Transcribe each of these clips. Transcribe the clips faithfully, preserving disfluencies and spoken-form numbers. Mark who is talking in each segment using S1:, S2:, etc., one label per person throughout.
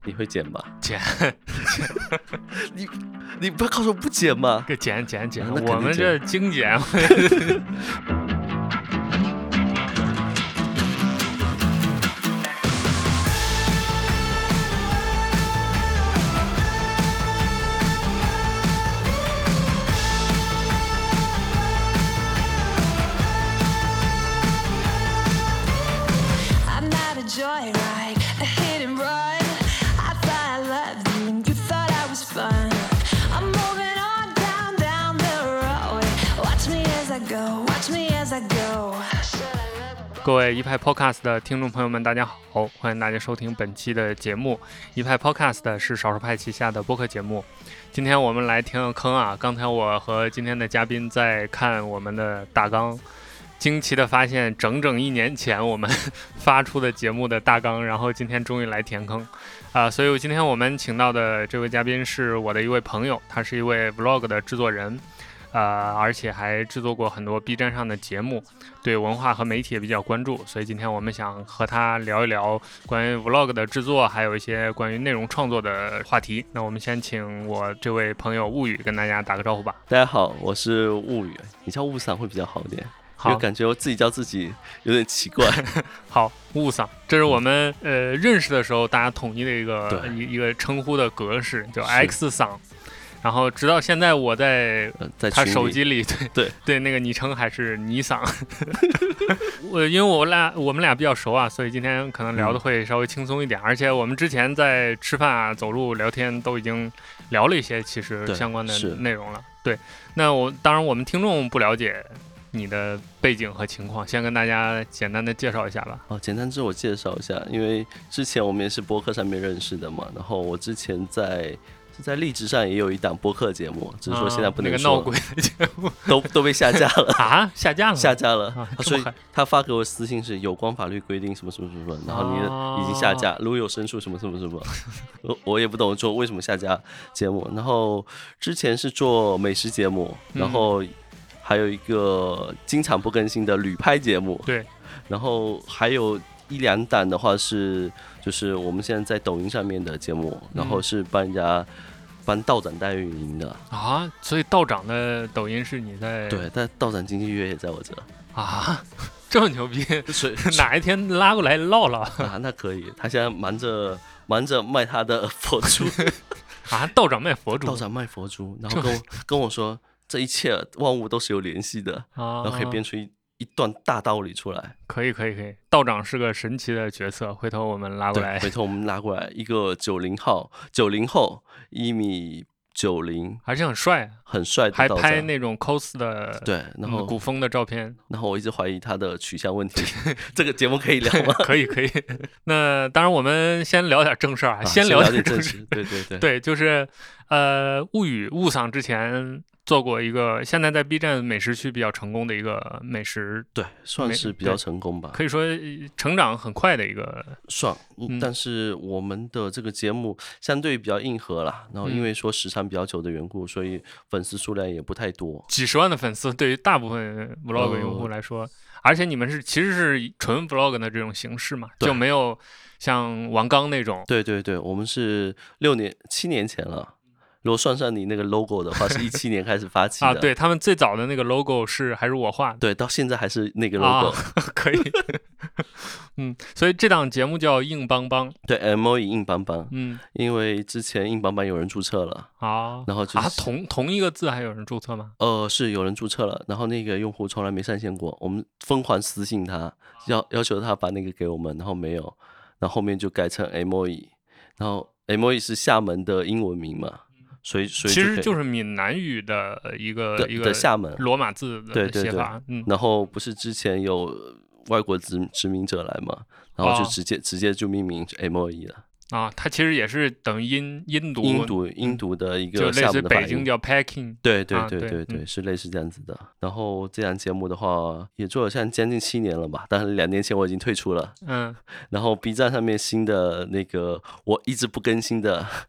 S1: 你会剪吧？
S2: 剪，
S1: 你你不要告诉我不剪吗？
S2: 剪剪剪，
S1: 啊、
S2: 我们这精简。各位一派 Podcast 的听众朋友们，大家好，欢迎大家收听本期的节目。一派 Podcast 是少数派旗下的播客节目。今天我们来填个坑啊！刚才我和今天的嘉宾在看我们的大纲，惊奇的发现，整整一年前我们发出的节目的大纲，然后今天终于来填坑啊、呃！所以今天我们请到的这位嘉宾是我的一位朋友，他是一位 Vlog 的制作人。呃，而且还制作过很多 B 站上的节目，对文化和媒体也比较关注，所以今天我们想和他聊一聊关于 Vlog 的制作，还有一些关于内容创作的话题。那我们先请我这位朋友物语跟大家打个招呼吧。
S1: 大家好，我是物语，你叫物桑会比较好一点，因为感觉我自己叫自己有点奇怪。
S2: 好，物桑，这是我们呃认识的时候大家统一的一个一一个称呼的格式，叫 X 桑。然后直到现在，我在他手机里，对
S1: 对
S2: 对，那个昵称还是尼桑。我因为我俩我们俩比较熟啊，所以今天可能聊的会稍微轻松一点。嗯、而且我们之前在吃饭啊、走路、聊天都已经聊了一些其实相关的内容了。对，那我当然我们听众不了解你的背景和情况，先跟大家简单的介绍一下吧。
S1: 哦，简单自我介绍一下，因为之前我们也是播客上面认识的嘛，然后我之前在。在荔枝上也有一档播客节目，只是说现在不能说、
S2: 啊、那个闹鬼的节目
S1: 都都被下架了
S2: 啊，下架了，
S1: 下架了。
S2: 啊、
S1: 所以他发给我私信是有关法律规定什么什么什么，然后你已经下架，如果有申诉什么什么什么，我我也不懂说为什么下架节目。然后之前是做美食节目，然后还有一个经常不更新的旅拍节目，
S2: 对，
S1: 然后还有一两档的话是就是我们现在在抖音上面的节目，然后是帮人家。帮道长代运营的
S2: 啊，所以道长的抖音是你在
S1: 对，但道长经纪约也在我这
S2: 啊，这么牛逼，哪一天拉过来唠唠
S1: 啊？那可以，他现在忙着忙着卖他的佛珠
S2: 啊，道长卖佛珠，
S1: 道长卖佛珠，然后跟我跟我说这一切万物都是有联系的，啊、然后可以编出一。一段大道理出来，
S2: 可以可以可以，道长是个神奇的角色，回头我们拉过来，
S1: 回头我们拉过来一个九零号，九零后，一米九零，
S2: 还是很帅，
S1: 很帅的
S2: 还拍那种 cos 的，
S1: 对，然后、
S2: 嗯、古风的照片，
S1: 然后我一直怀疑他的取向问题，这个节目可以聊吗？
S2: 可以可以，那当然我们先聊点正事啊，先聊
S1: 点正事，对对对，
S2: 对，就是呃，物语物桑之前。做过一个现在在 B 站美食区比较成功的一个美食，
S1: 对，算是比较成功吧，
S2: 可以说成长很快的一个
S1: 算、嗯、但是我们的这个节目相对比较硬核啦，然后因为说时长比较久的缘故、嗯、所以粉丝数量也不太多，
S2: 几十万的粉丝对于大部分 vlog 用户来说、呃、而且你们是其实是纯 vlog 的这种形式嘛，就没有像王刚那种，
S1: 对对对，我们是六年七年前了，如果算上你那个 logo 的话，是一七年开始发起的
S2: 啊。对，他们最早的那个 logo 是还是我画的，
S1: 对，到现在还是那个 logo，、
S2: 啊、可以。嗯，所以这档节目叫硬邦邦，
S1: 对 ，M O E 硬邦邦。
S2: 嗯，
S1: 因为之前硬邦邦有人注册了
S2: 啊，
S1: 然后就是、
S2: 啊同同一个字还有人注册吗？
S1: 呃，是有人注册了，然后那个用户从来没上线过，我们疯狂私信他，要要求他把那个给我们，然后没有，然后后面就改成 M O E， 然后 M O E 是厦门的英文名嘛。所以，所以
S2: 其实就是闽南语的一个一个
S1: 厦门
S2: 罗马字的写法。
S1: 对对对嗯，然后不是之前有外国殖殖民者来嘛，然后就直接、哦、直接就命名 M O E 了。
S2: 啊，它其实也是等于音音读
S1: 音读音读的一个厦门的
S2: 就类似北京叫 Peking，
S1: 对对对对 对,、啊、
S2: 对、
S1: 嗯，是类似这样子的。然后这档节目的话也做了像将近七年了吧，但是两年前我已经退出了。
S2: 嗯，
S1: 然后 B 站上面新的那个我一直不更新的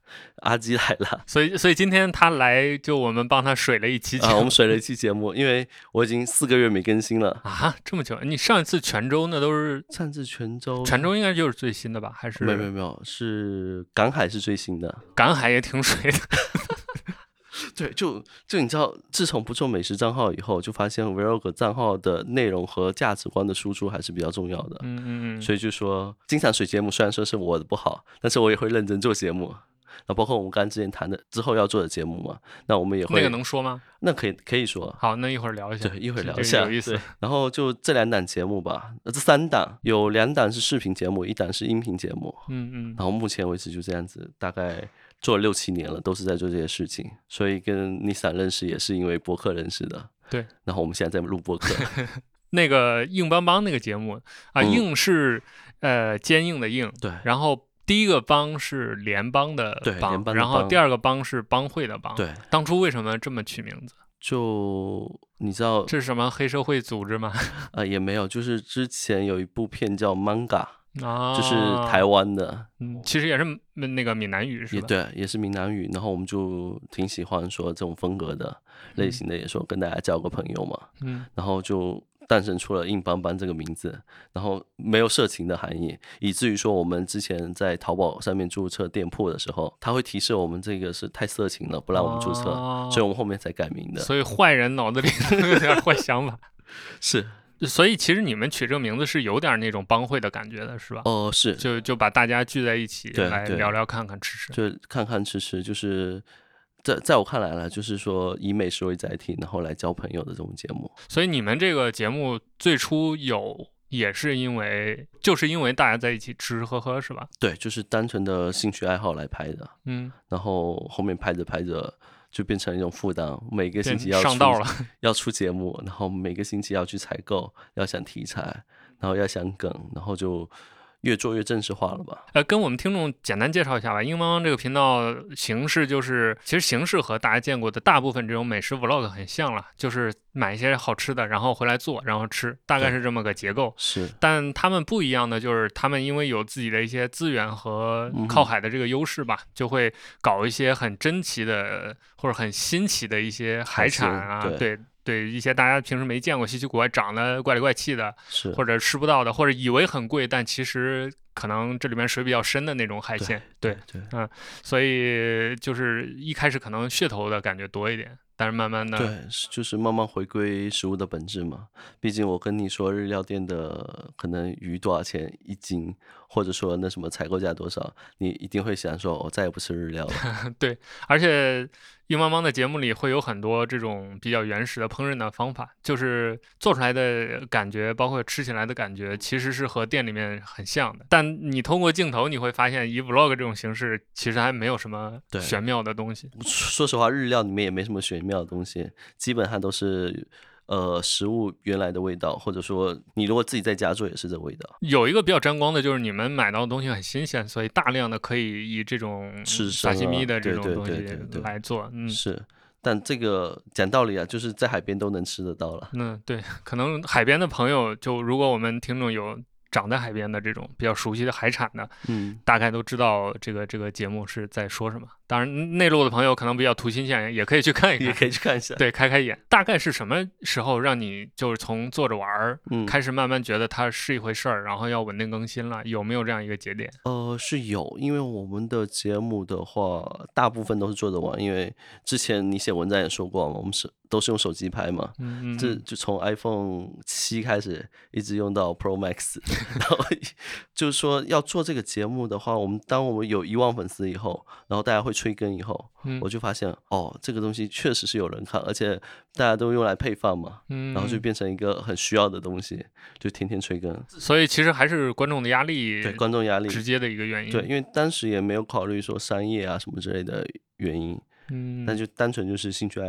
S1: 阿基来了。
S2: 所以所以今天他来，就我们帮他水了一期节目
S1: 啊，我们水了一期节目，因为我已经四个月没更新了
S2: 啊，这么久？你上一次泉州那都是
S1: 上次泉州，
S2: 泉州应该就是最新的吧？还是
S1: 没有没有没有，是赶海是最新的，
S2: 赶海也挺水的。
S1: 对，就就你知道，自从不做美食账号以后，就发现 Vlog 账号的内容和价值观的输出还是比较重要的。
S2: 嗯嗯嗯。
S1: 所以就说，经常水节目虽然说是我的不好，但是我也会认真做节目。那包括我们刚刚之前谈的之后要做的节目嘛，那我们也会
S2: 那个能说吗？
S1: 那可以可以说。
S2: 好，那一会儿聊一下。
S1: 对，一会儿聊一下，
S2: 有意思。
S1: 然后就这两档节目吧，这三档有两档是视频节目，一档是音频节目。
S2: 嗯嗯。
S1: 然后目前为止就这样子，大概做了六七年了，都是在做这些事情。所以跟尼桑认识也是因为播客认识的。
S2: 对。
S1: 然后我们现在在录播客。
S2: 那个硬邦邦那个节目啊，
S1: 嗯、
S2: 硬是呃坚硬的硬，
S1: 对，
S2: 然后。第一个邦是联邦的邦，
S1: 对，联邦的邦，
S2: 然后第二个邦是帮会的邦。
S1: 对，
S2: 当初为什么这么取名字？
S1: 就你知道
S2: 这是什么黑社会组织吗？
S1: 呃，也没有，就是之前有一部片叫《Manga》，
S2: 啊，
S1: 就是台湾的，
S2: 嗯，其实也是那个闽南语是吧？
S1: 也对，也是闽南语。然后我们就挺喜欢说这种风格的类型的，也说跟大家交个朋友嘛。
S2: 嗯，
S3: 然
S1: 后就诞生出了硬邦邦这个名字，然后没有色情的含义，以至于说我们之前在淘宝上面注册店铺的时候，它会提示我们这个是太色情了，不让我们注册，哦、所以我们后面才改名的。
S2: 所以坏人脑子里有点坏想法。
S1: 是。
S2: 所以其实你们取这个名字是有点那种帮会的感觉的，是吧？
S1: 哦，是。
S2: 就就把大家聚在一起来聊聊看看吃吃，
S1: 就看看吃吃，就是在在我看来呢，就是说以美食为载体，然后来交朋友的这种节目。
S2: 所以你们这个节目最初有也是因为就是因为大家在一起吃吃喝喝是吧？
S1: 对，就是单纯的兴趣爱好来拍的。
S2: 嗯，
S1: 然后后面拍着拍着就变成一种负担，每个星期要出
S2: 上道了，
S1: 要出节目，然后每个星期要去采购，要想题材，然后要想梗，然后就越做越正式化了吧？
S2: 呃，跟我们听众简单介绍一下吧。硬邦邦这个频道形式就是，其实形式和大家见过的大部分这种美食 vlog 很像了，就是买一些好吃的，然后回来做，然后吃，大概是这么个结构。
S1: 是。
S2: 但他们不一样的就是，他们因为有自己的一些资源和靠海的这个优势吧，嗯、就会搞一些很珍奇的或者很新奇的一些海产啊，
S1: 对。
S2: 对对，一些大家平时没见过、稀奇古怪、长得怪里怪气的，
S1: 是
S2: 或者吃不到的，或者以为很贵，但其实可能这里面水比较深的那种海鲜。
S1: 对对，
S2: 嗯，所以就是一开始可能噱头的感觉多一点，但是慢慢的，
S1: 对，就是慢慢回归食物的本质嘛。毕竟我跟你说，日料店的可能鱼多少钱一斤，或者说那什么采购价多少，你一定会想说，我再也不吃日料了。
S2: 对，而且硬邦邦的节目里会有很多这种比较原始的烹饪的方法，就是做出来的感觉，包括吃起来的感觉，其实是和店里面很像的。但你通过镜头，你会发现以 vlog 这种形式，其实还没有什么玄妙的东西。
S1: 说实话，日料里面也没什么玄妙的东西，基本上都是。呃，食物原来的味道，或者说你如果自己在家做也是这味道。
S2: 有一个比较沾光的就是你们买到的东西很新鲜，所以大量的可以以这种沙西米的这种东西来做。嗯，
S1: 是。但这个讲道理啊，就是在海边都能吃得到了。
S2: 嗯，对，可能海边的朋友，就如果我们听众有长在海边的这种比较熟悉的海产的，
S1: 嗯，
S2: 大概都知道这个这个节目是在说什么。当然，内陆的朋友可能比较图新鲜，也可以去看一看，
S1: 也可以去看一下，
S2: 对，开开眼。大概是什么时候让你就是从坐着玩儿、
S1: 嗯、
S2: 开始慢慢觉得它是一回事儿，然后要稳定更新了？有没有这样一个节点？
S1: 呃，是有，因为我们的节目的话，大部分都是坐着玩，因为之前你写文章也说过嘛，我们是都是用手机拍嘛，
S2: 嗯嗯，
S1: 这就从 iPhone 七开始一直用到 Pro Max， 然后就是说要做这个节目的话，我们当我们有一万粉丝以后，然后大家会催更以后，
S2: 嗯、
S1: 我就发现哦，这个东西确实是有人看，而且大家都用来配饭嘛，
S2: 嗯、
S1: 然后就变成一个很需要的东西，就天天催更。
S2: 所以其实还是观众的压力，
S1: 对，观众压力
S2: 直接的一个原因。
S1: 对，因为当时也没有考虑说商业啊什么之类的原因，
S2: 嗯，
S1: 但就单纯就是兴趣爱好。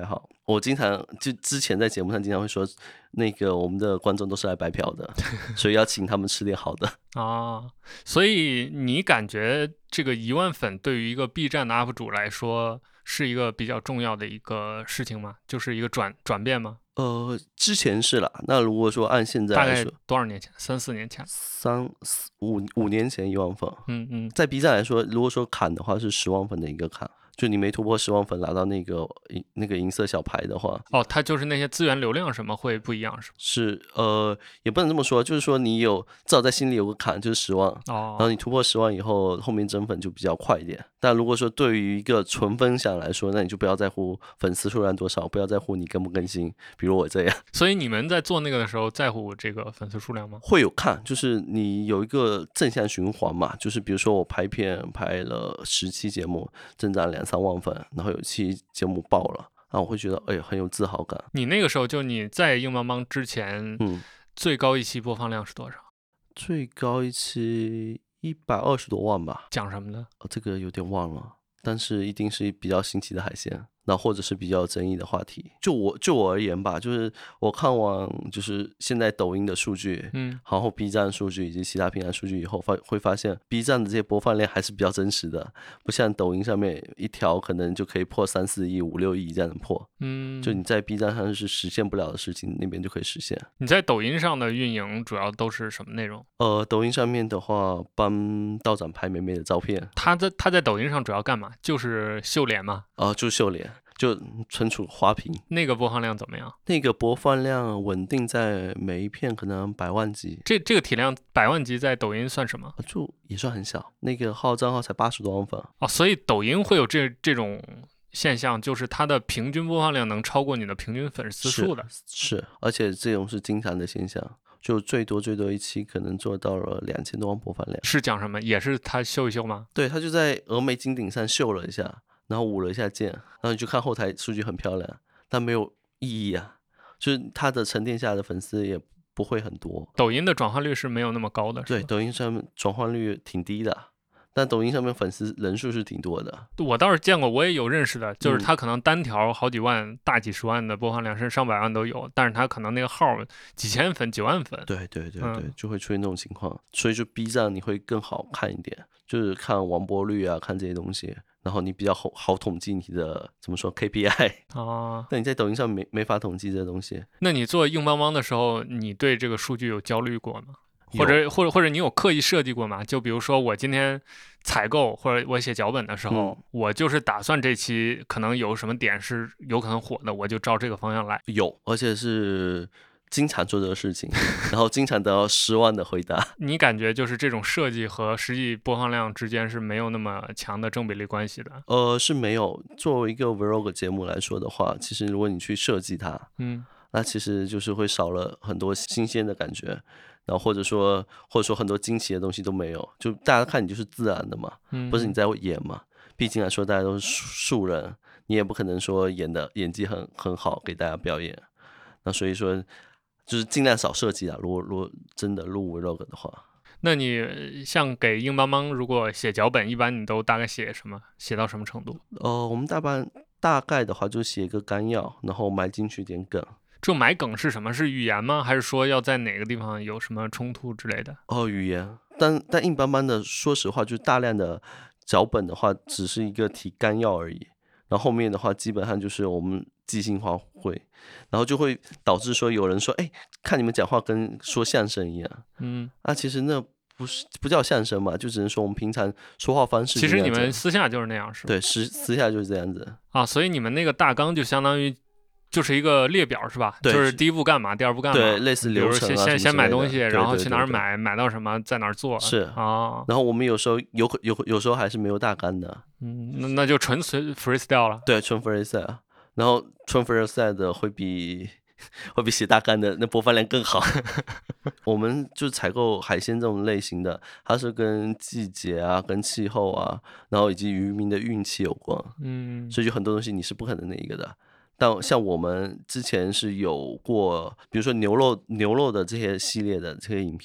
S1: 我经常就之前在节目上经常会说，那个我们的观众都是来白嫖的，所以要请他们吃点好的
S2: 啊。所以你感觉这个一万粉对于一个 B 站的 U P 主来说是一个比较重要的一个事情吗？就是一个转转变吗？
S1: 呃，之前是啦。那如果说按现在
S2: 大概
S1: 来说，
S2: 多少年前？三四年前？
S1: 三四五五年前一万粉，
S2: 嗯嗯，
S1: 在 B 站来说，如果说砍的话是十万粉的一个砍，就你没突破十万粉拿到那个银那个银色小牌的话，
S2: 哦，它就是那些资源流量什么会不一样是吗？
S1: 是呃也不能这么说，就是说你有至少在心里有个坎，就是十万，然后
S2: 哦，
S1: 你突破十万以后，后面增粉就比较快一点。但如果说对于一个纯分享来说，那你就不要在乎粉丝数量多少，不要在乎你更不更新，比如我这样。
S2: 所以你们在做那个的时候在乎这个粉丝数量吗？
S1: 会有看，就是你有一个正向循环嘛，就是比如说我拍片拍了十期节目，增长两三万粉，然后有期节目爆了，然后我会觉得哎很有自豪感。
S2: 你那个时候就你在硬邦邦之前，
S1: 嗯，
S2: 最高一期播放量是多少？
S1: 最高一期一百二十多万吧，
S2: 讲什么的？
S1: 哦，这个有点忘了，但是一定是比较新奇的海鲜。那或者是比较有争议的话题，就我就我而言吧，就是我看完就是现在抖音的数据，
S2: 嗯，
S1: 然后 B 站数据以及其他平台数据以后，发会发现 B 站的这些播放量还是比较真实的，不像抖音上面一条可能就可以破三四亿、五六亿这样的破，
S2: 嗯，
S1: 就你在 B 站上是实现不了的事情，那边就可以实现。
S2: 你在抖音上的运营主要都是什么内容？
S1: 呃，抖音上面的话，帮道长拍美美的照片，
S2: 他在他在抖音上主要干嘛？就是秀脸嘛。
S1: 啊、呃，就是秀脸。就存储花屏，
S2: 那个播放量怎么样？
S1: 那个播放量稳定在每一片可能百万级，
S2: 这这个体量百万级在抖音算什么？
S1: 就也算很小。那个号账号才八十多万粉
S2: 哦，所以抖音会有这这种现象，就是它的平均播放量能超过你的平均粉丝数的，
S1: 是，是而且这种是经常的现象。就最多最多一期可能做到了两千多万播放量。
S2: 是讲什么？也是他秀一秀吗？
S1: 对，他就在峨眉金顶上秀了一下。然后舞了一下剑，然后你就看后台数据很漂亮，但没有意义啊，就是它的沉淀下的粉丝也不会很多。
S2: 抖音的转化率是没有那么高的，
S1: 对，抖音上面转化率挺低的，但抖音上面粉丝人数是挺多的。
S2: 我倒是见过，我也有认识的，就是他可能单条好几万、大几十万的播放量，甚至上百万都有，但是他可能那个号几千粉、几万粉。
S1: 对对对对，
S2: 嗯、
S1: 就会出现这种情况，所以就 B 站你会更好看一点，就是看完播率啊，看这些东西。然后你比较好好统计你的怎么说 K P I
S2: 啊，
S1: 但你在抖音上没没法统计这些东西。
S2: 那你做硬邦邦的时候，你对这个数据有焦虑过吗？或者或者或者你有刻意设计过吗？就比如说我今天采购或者我写脚本的时候，嗯、我就是打算这期可能有什么点是有可能火的，我就照这个方向来。
S1: 有，而且是经常做这个事情，然后经常得到失望的回答。
S2: 你感觉就是这种设计和实际播放量之间是没有那么强的正比例关系的？
S1: 呃，是没有。作为一个 vlog 节目来说的话，其实如果你去设计它，
S2: 嗯，
S1: 那其实就是会少了很多新鲜的感觉，然后或者说或者说很多惊奇的东西都没有，就大家看你就是自然的嘛，
S2: 嗯、
S1: 不是你在演嘛。毕竟来说，大家都是素人，你也不可能说演的演技很很好给大家表演。那所以说。就是尽量少设计啊，如果如果真的录 vlog 的话。
S2: 那你像给硬邦邦如果写脚本，一般你都大概写什么？写到什么程度？
S1: 呃，我们大半大概的话就写一个纲要，然后埋进去点梗。
S2: 这埋梗是什么？是语言吗？还是说要在哪个地方有什么冲突之类的？
S1: 哦，语言。但但硬邦邦的，说实话，就是大量的脚本的话，只是一个提纲要而已。然后后面的话，基本上就是我们即兴发挥，然后就会导致说有人说，哎，看你们讲话跟说相声一样，
S2: 嗯，
S1: 啊，其实那不是不叫相声嘛，就只能说我们平常说话方式。
S2: 其实你们私下就是那样，是吧？
S1: 对，私私下就是这样子
S2: 啊，所以你们那个大纲就相当于就是一个列表，是吧？
S1: 对，
S2: 就是第一步干嘛，第二步干嘛，
S1: 对，类似流程、啊、
S2: 比如先先买东西，然后去哪儿买，
S1: 对对对对
S2: 买到什么，在哪儿做，
S1: 是
S2: 啊。
S1: 然后我们有时候有有有时候还是没有大纲的，
S2: 嗯，那那就纯随 freestyle 了。
S1: 对，纯 freestyle。然后纯 freestyle 的会比会比写大纲的那播放量更好。我们就采购海鲜这种类型的，它是跟季节啊、跟气候啊，然后以及渔民的运气有关。
S2: 嗯，
S1: 所以就很多东西你是不可能那一个的。但像我们之前是有过，比如说牛肉牛肉的这些系列的这些影片，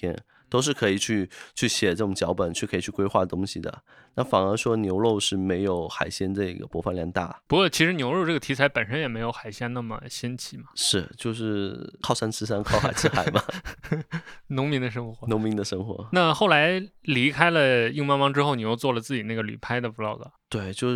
S1: 都是可以去去写这种脚本，去可以去规划东西的。那反而说牛肉是没有海鲜这个播放量大。
S2: 不过其实牛肉这个题材本身也没有海鲜那么新奇嘛。
S1: 是，就是靠山吃山，靠海吃海嘛。
S2: 农民的生活。
S1: 农民的生活。
S2: 那后来离开了硬邦邦之后，你又做了自己那个旅拍的 vlog。
S1: 对，就是。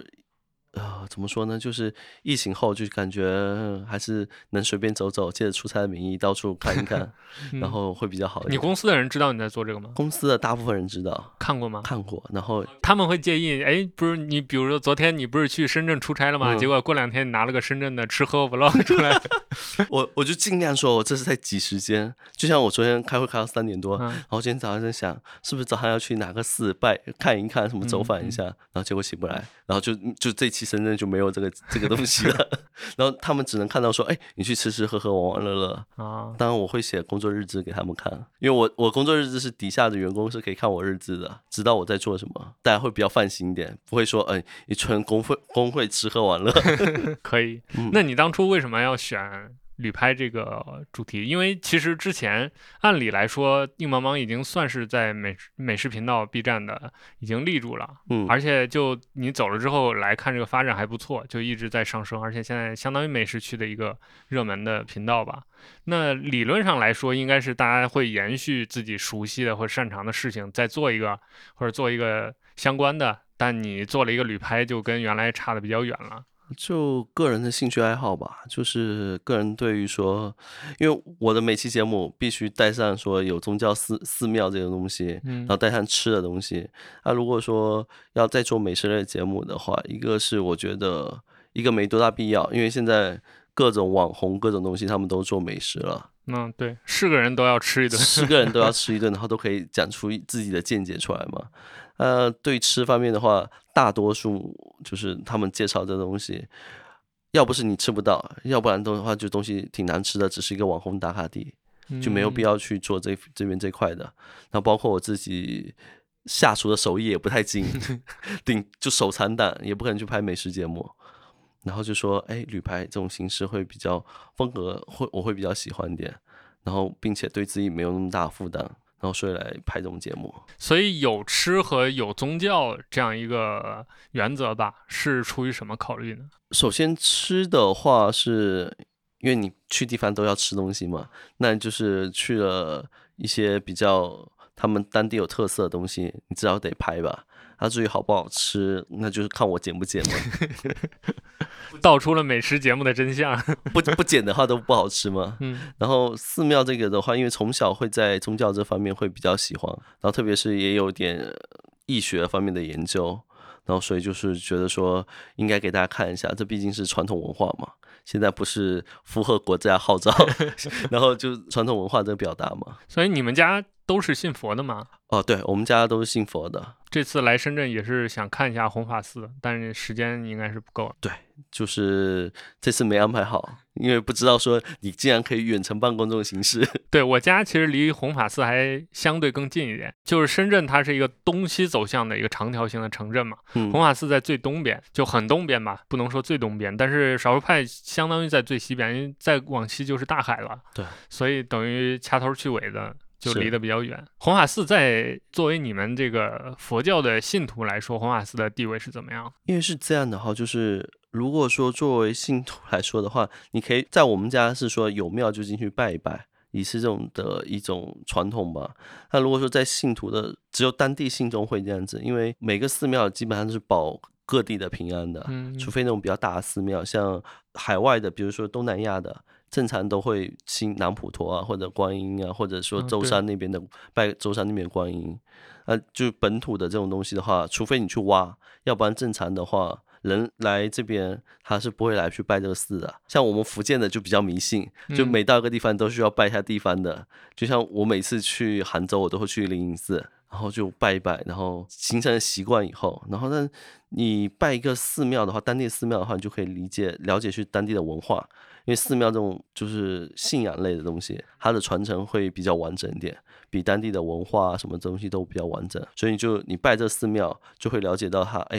S1: 呃，怎么说呢？就是疫情后，就感觉还是能随便走走，借着出差的名义到处看一看，嗯、然后会比较好一点。
S2: 你公司的人知道你在做这个吗？
S1: 公司的大部分人知道。
S2: 看过吗？
S1: 看过。然后
S2: 他们会介意？哎，不是你，比如说昨天你不是去深圳出差了吗？嗯、结果过两天你拿了个深圳的吃喝 vlog 出来。
S1: 我我就尽量说，我这是在挤时间。就像我昨天开会开到三点多，嗯、然后今天早上在想，是不是早上要去哪个寺拜看一看，什么走访一下，嗯嗯、然后结果起不来，然后就就这期深圳就没有这个这个东西了。然后他们只能看到说，哎，你去吃吃喝喝玩玩乐乐啊。当然我会写工作日志给他们看，因为我我工作日志是底下的员工是可以看我日志的，知道我在做什么，大家会比较放心一点，不会说，哎，一纯工会工会吃喝玩乐。
S2: 可以。嗯、那你当初为什么要选旅拍这个主题？因为其实之前按理来说硬邦邦已经算是在美美食频道 B 站的已经立住了，嗯，而且就你走了之后来看这个发展还不错，就一直在上升，而且现在相当于美食区的一个热门的频道吧。那理论上来说应该是大家会延续自己熟悉的或擅长的事情再做一个或者做一个相关的，但你做了一个旅拍就跟原来差的比较远了。
S1: 就个人的兴趣爱好吧，就是个人对于说，因为我的每期节目必须带上说有宗教寺寺庙这个东西，嗯、然后带上吃的东西。那、啊、如果说要再做美食类节目的话，一个是我觉得一个没多大必要，因为现在各种网红各种东西他们都做美食了。
S2: 嗯，对，是个人都要吃一顿，
S1: 是个人都要吃一顿，然后都可以讲出自己的见解出来嘛。呃，对吃方面的话，大多数就是他们介绍这东西，要不是你吃不到，要不然的话就东西挺难吃的，只是一个网红打卡地，就没有必要去做这这边这块的。然后包括我自己下厨的手艺也不太精，顶就手残党，也不可能去拍美食节目。然后就说，哎，旅拍这种形式会比较风格会我会比较喜欢一点，然后并且对自己没有那么大负担。然后所以来拍这种节目，
S2: 所以有吃和有宗教这样一个原则吧，是出于什么考虑呢？
S1: 首先吃的话，是因为你去地方都要吃东西嘛，那就是去了一些比较他们当地有特色的东西，你至少得拍吧。它、啊、至于好不好吃，那就是看我剪不剪嘛。
S2: 道出了美食节目的真相。
S1: 不不剪的话都不好吃嘛。嗯。然后寺庙这个的话，因为从小会在宗教这方面会比较喜欢，然后特别是也有点易学方面的研究，然后所以就是觉得说应该给大家看一下，这毕竟是传统文化嘛。现在不是符合国家号召，然后就传统文化的表达嘛。
S2: 所以你们家都是信佛的吗？
S1: 哦，对，我们家都是信佛的。
S2: 这次来深圳也是想看一下弘法寺，但是时间应该是不够。
S1: 对，就是这次没安排好，因为不知道说你竟然可以远程办公这种形式。
S2: 对，我家其实离弘法寺还相对更近一点，就是深圳它是一个东西走向的一个长条形的城镇嘛，嗯、弘法寺在最东边，就很东边吧，不能说最东边，但是少数派相当于在最西边，因为再往西就是大海了。
S1: 对，
S2: 所以等于掐头去尾的。就离得比较远。弘法寺在作为你们这个佛教的信徒来说，弘法寺的地位是怎么样？
S1: 因为是这样的哈，就是如果说作为信徒来说的话，你可以在我们家是说有庙就进去拜一拜，也是这种的一种传统吧。那如果说在信徒的只有当地信众会这样子，因为每个寺庙基本上是保各地的平安的，嗯、除非那种比较大的寺庙，像海外的，比如说东南亚的。正常都会信南普陀啊，或者观音啊，或者说舟山那边的、嗯、拜舟山那边的观音，啊，就本土的这种东西的话，除非你去挖，要不然正常的话，人来这边他是不会来去拜这个寺的。像我们福建的就比较迷信，就每到一个地方都需要拜一下地方的。嗯、就像我每次去杭州，我都会去灵隐寺，然后就拜一拜，然后形成了习惯以后，然后呢，你拜一个寺庙的话，当地寺庙的话，你就可以理解了解去当地的文化。因为寺庙这种就是信仰类的东西，它的传承会比较完整一点，比当地的文化什么东西都比较完整，所以你就你拜这寺庙就会了解到它，哎，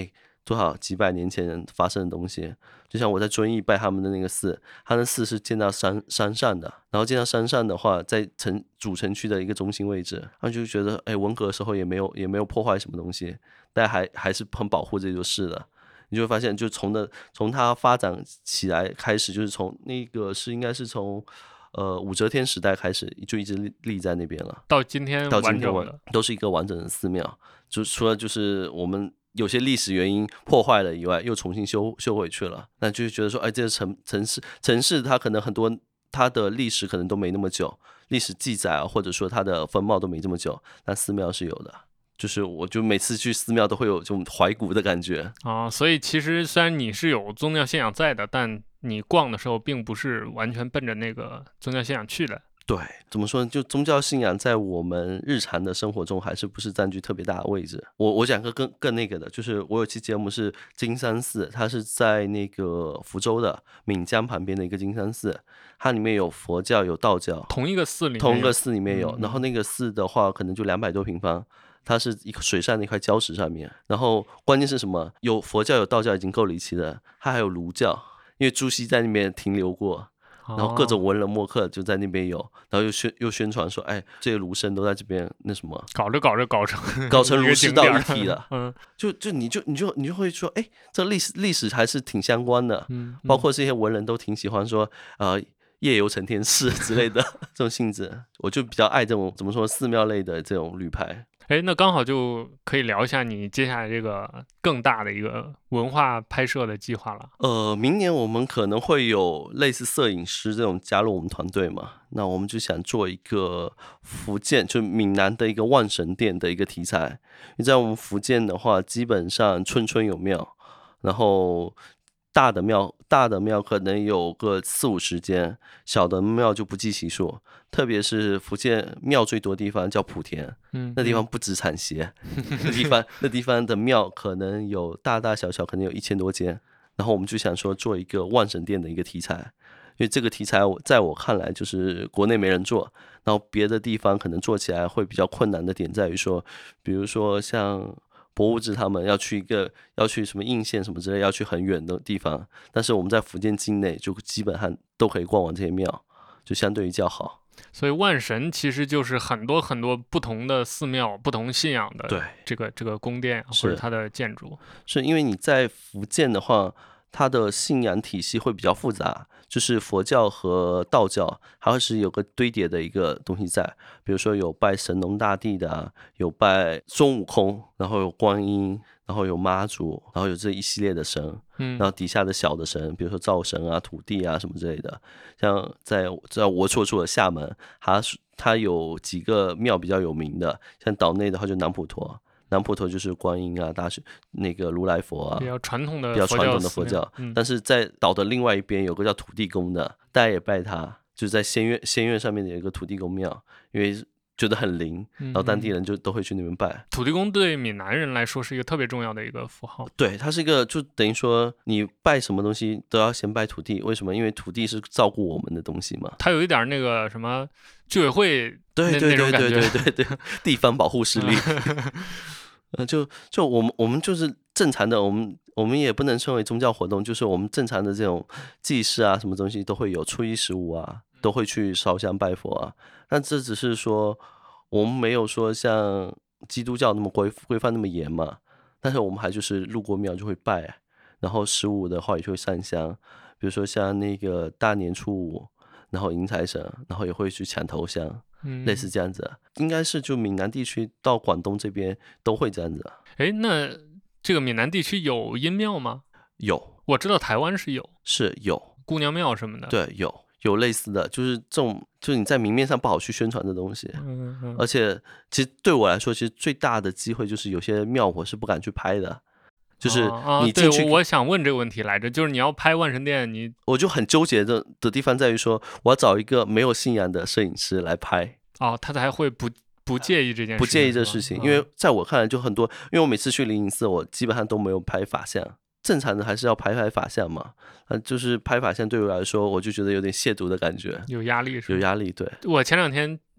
S1: 多少几百年前发生的东西。就像我在遵义拜他们的那个寺，他的寺是建到山山上的，然后建到山上的话，在城主城区的一个中心位置，然后就觉得，哎，文革的时候也没有也没有破坏什么东西，但还还是很保护这座寺的。你就会发现，就从的从它发展起来开始，就是从那个是应该是从呃武则天时代开始，就一直立立在那边了，
S2: 到今天
S1: 到今天完
S2: 完整的
S1: 都是一个完整的寺庙。就除了就是我们有些历史原因破坏了以外，又重新修修回去了，那就觉得说，哎，这个城城市城市它可能很多它的历史可能都没那么久，历史记载啊，或者说它的风貌都没这么久，但寺庙是有的。就是我就每次去寺庙都会有这种怀古的感觉
S2: 啊。所以其实虽然你是有宗教信仰在的，但你逛的时候并不是完全奔着那个宗教信仰去的。
S1: 对，怎么说呢？就宗教信仰在我们日常的生活中还是不是占据特别大的位置。我我讲个更更那个的，就是我有期节目是金山寺，它是在那个福州的闽江旁边的一个金山寺，它里面有佛教有道教，
S2: 同一个寺里面有，
S1: 同一个寺里面有，
S2: 嗯、
S1: 然后那个寺的话可能就两百多平方。它是一个水上的一块礁石上面，然后关键是什么？有佛教有道教已经够离奇了，它还有儒教，因为朱熹在那边停留过，然后各种文人墨客就在那边有，然后又宣又宣传说，哎，这些儒生都在这边那什么，
S2: 搞着搞着搞成
S1: 搞成儒释道一体了，
S2: 嗯，
S1: 就就你就你就你就会说，哎，这历史历史还是挺相关的，
S2: 嗯，
S1: 包括这些文人都挺喜欢说，呃。夜游承天寺之类的这种性质，我就比较爱这种怎么说寺庙类的这种旅拍。
S2: 哎，那刚好就可以聊一下你接下来这个更大的一个文化拍摄的计划了。
S1: 呃，明年我们可能会有类似摄影师这种加入我们团队嘛，那我们就想做一个福建，就闽南的一个万神殿的一个题材。因为在我们福建的话，基本上村村有庙，然后大的庙，大的庙可能有个四五十间，小的庙就不计其数。特别是福建庙最多的地方叫莆田，
S2: 嗯，
S1: 那地方不止产鞋，那地方那地方的庙可能有大大小小，可能有一千多间。然后我们就想说做一个万神殿的一个题材，因为这个题材在我看来就是国内没人做，然后别的地方可能做起来会比较困难的点在于说，比如说像博物志他们要去一个要去什么应县什么之类，要去很远的地方，但是我们在福建境内就基本上都可以逛完这些庙，就相对于较好。
S2: 所以万神其实就是很多很多不同的寺庙、不同信仰的这个这个宫殿或者它的建筑。
S1: 是因为你在福建的话，它的信仰体系会比较复杂，就是佛教和道教还是有个堆叠的一个东西在，比如说有拜神农大帝的、啊，有拜孙悟空，然后有观音，然后有妈祖，然后有这一系列的神，
S2: 嗯，
S1: 然后底下的小的神，比如说灶神啊、土地啊什么之类的。像在在我所处的厦门，它它有几个庙比较有名的，像岛内的话就南普陀。南普陀就是观音啊、大水那个如来佛啊，
S2: 比较传统的
S1: 比较传统的佛教。
S2: 嗯、
S1: 但是在岛的另外一边有个叫土地公的，大家也拜他，就是在仙苑仙苑上面有一个土地公庙，因为觉得很灵，然后当地人就都会去那边拜。嗯、
S2: 土地公对闽南人来说是一个特别重要的一个符号。
S1: 对，它是一个就等于说你拜什么东西都要先拜土地，为什么？因为土地是照顾我们的东西嘛。
S2: 它有一点那个什么居委会
S1: 对对对对对对对，地方保护势力。呃，就就我们我们就是正常的，我们我们也不能称为宗教活动，就是我们正常的这种祭祀啊，什么东西都会有，初一十五啊，都会去烧香拜佛啊。但这只是说我们没有说像基督教那么规规范那么严嘛，但是我们还就是路过庙就会拜，然后十五的话也就会上香，比如说像那个大年初五，然后迎财神，然后也会去抢头香。
S2: 嗯、
S1: 类似这样子，应该是就闽南地区到广东这边都会这样子。
S2: 哎，那这个闽南地区有阴庙吗？
S1: 有，
S2: 我知道台湾是有，
S1: 是有
S2: 姑娘庙什么的。
S1: 对，有有类似的，就是这种，就是你在明面上不好去宣传的东西。
S2: 嗯嗯。
S1: 而且，其实对我来说，其实最大的机会就是有些庙我是不敢去拍的。就是你进去、
S2: 啊啊、对，我想问这个问题来着，就是你要拍万神殿，你
S1: 我就很纠结的的地方在于说，我要找一个没有信仰的摄影师来拍，
S2: 哦，他才会不不介意这件事，
S1: 不介意这事情，因为在我看来就很多，因为我每次去灵隐寺，我基本上都没有拍法像，正常的还是要拍拍法像嘛，呃，就是拍法像对我来说，我就觉得有点亵渎的感觉，
S2: 有压力是吧？
S1: 有压力，对。
S2: 我前两天